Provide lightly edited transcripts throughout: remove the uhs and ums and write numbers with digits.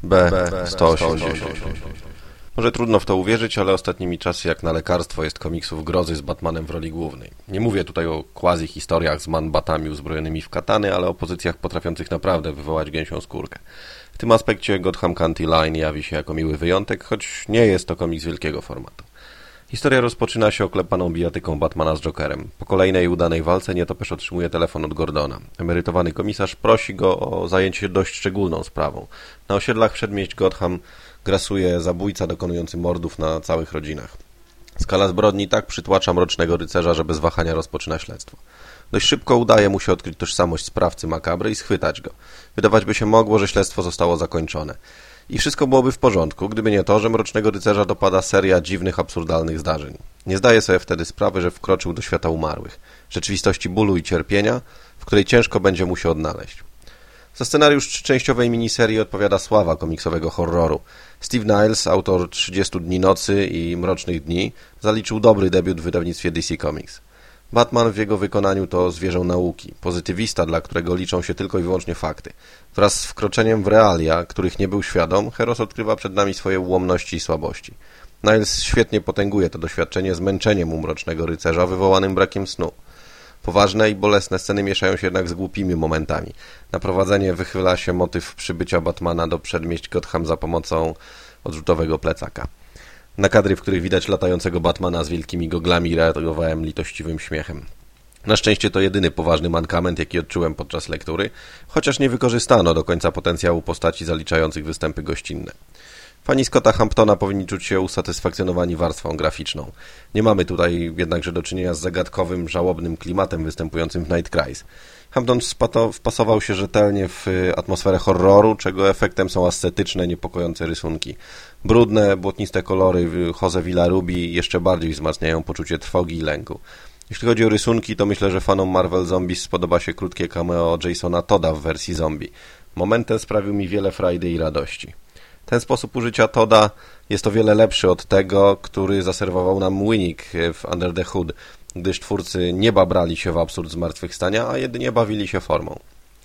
B180. Może trudno w to uwierzyć, ale ostatnimi czasy jak na lekarstwo jest komiksów grozy z Batmanem w roli głównej. Nie mówię tutaj o quasi-historiach z man-batami uzbrojonymi w katany, ale o pozycjach potrafiących naprawdę wywołać gęsią skórkę. W tym aspekcie Gotham County Line jawi się jako miły wyjątek, choć nie jest to komiks wielkiego formatu. Historia rozpoczyna się oklepaną bijatyką Batmana z Jokerem. Po kolejnej udanej walce nietoperz otrzymuje telefon od Gordona. Emerytowany komisarz prosi go o zajęcie się dość szczególną sprawą. Na osiedlach przedmieść Gotham grasuje zabójca dokonujący mordów na całych rodzinach. Skala zbrodni tak przytłacza Mrocznego Rycerza, że bez wahania rozpoczyna śledztwo. Dość szybko udaje mu się odkryć tożsamość sprawcy makabry i schwytać go. Wydawać by się mogło, że śledztwo zostało zakończone. I wszystko byłoby w porządku, gdyby nie to, że Mrocznego Rycerza dopada seria dziwnych, absurdalnych zdarzeń. Nie zdaje sobie wtedy sprawy, że wkroczył do świata umarłych. Rzeczywistości bólu i cierpienia, w której ciężko będzie mu się odnaleźć. Za scenariusz trzyczęściowej miniserii odpowiada sława komiksowego horroru. Steve Niles, autor 30 Dni Nocy i Mrocznych Dni, zaliczył dobry debiut w wydawnictwie DC Comics. Batman w jego wykonaniu to zwierzę nauki, pozytywista, dla którego liczą się tylko i wyłącznie fakty. Wraz z wkroczeniem w realia, których nie był świadom, Heros odkrywa przed nami swoje ułomności i słabości. Niles świetnie potęguje to doświadczenie zmęczeniem u Mrocznego Rycerza wywołanym brakiem snu. Poważne i bolesne sceny mieszają się jednak z głupimi momentami. Na prowadzenie wychyla się motyw przybycia Batmana do przedmieść Gotham za pomocą odrzutowego plecaka. Na kadry, w których widać latającego Batmana z wielkimi goglami, reagowałem litościwym śmiechem. Na szczęście to jedyny poważny mankament, jaki odczułem podczas lektury, chociaż nie wykorzystano do końca potencjału postaci zaliczających występy gościnne. Fani Scotta Hamptona powinni czuć się usatysfakcjonowani warstwą graficzną. Nie mamy tutaj jednakże do czynienia z zagadkowym, żałobnym klimatem występującym w Night Cries. Hampton wpasował się rzetelnie w atmosferę horroru, czego efektem są ascetyczne, niepokojące rysunki. Brudne, błotniste kolory Jose Villarubi jeszcze bardziej wzmacniają poczucie trwogi i lęku. Jeśli chodzi o rysunki, to myślę, że fanom Marvel Zombies spodoba się krótkie cameo Jasona Todda w wersji zombie. Moment ten sprawił mi wiele frajdy i radości. Ten sposób użycia Todda jest o wiele lepszy od tego, który zaserwował nam Winnick w Under the Hood, gdyż twórcy nie babrali się w absurd zmartwychwstania, a jedynie bawili się formą.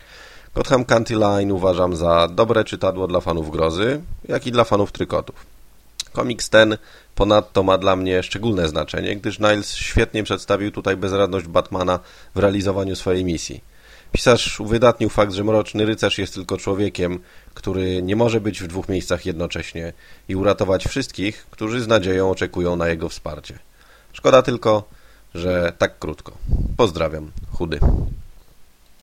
Gotham County Line uważam za dobre czytadło dla fanów grozy, jak i dla fanów trykotów. Komiks ten ponadto ma dla mnie szczególne znaczenie, gdyż Niles świetnie przedstawił tutaj bezradność Batmana w realizowaniu swojej misji. Pisarz uwydatnił fakt, że Mroczny Rycerz jest tylko człowiekiem, który nie może być w dwóch miejscach jednocześnie i uratować wszystkich, którzy z nadzieją oczekują na jego wsparcie. Szkoda tylko, że tak krótko. Pozdrawiam, Chudy.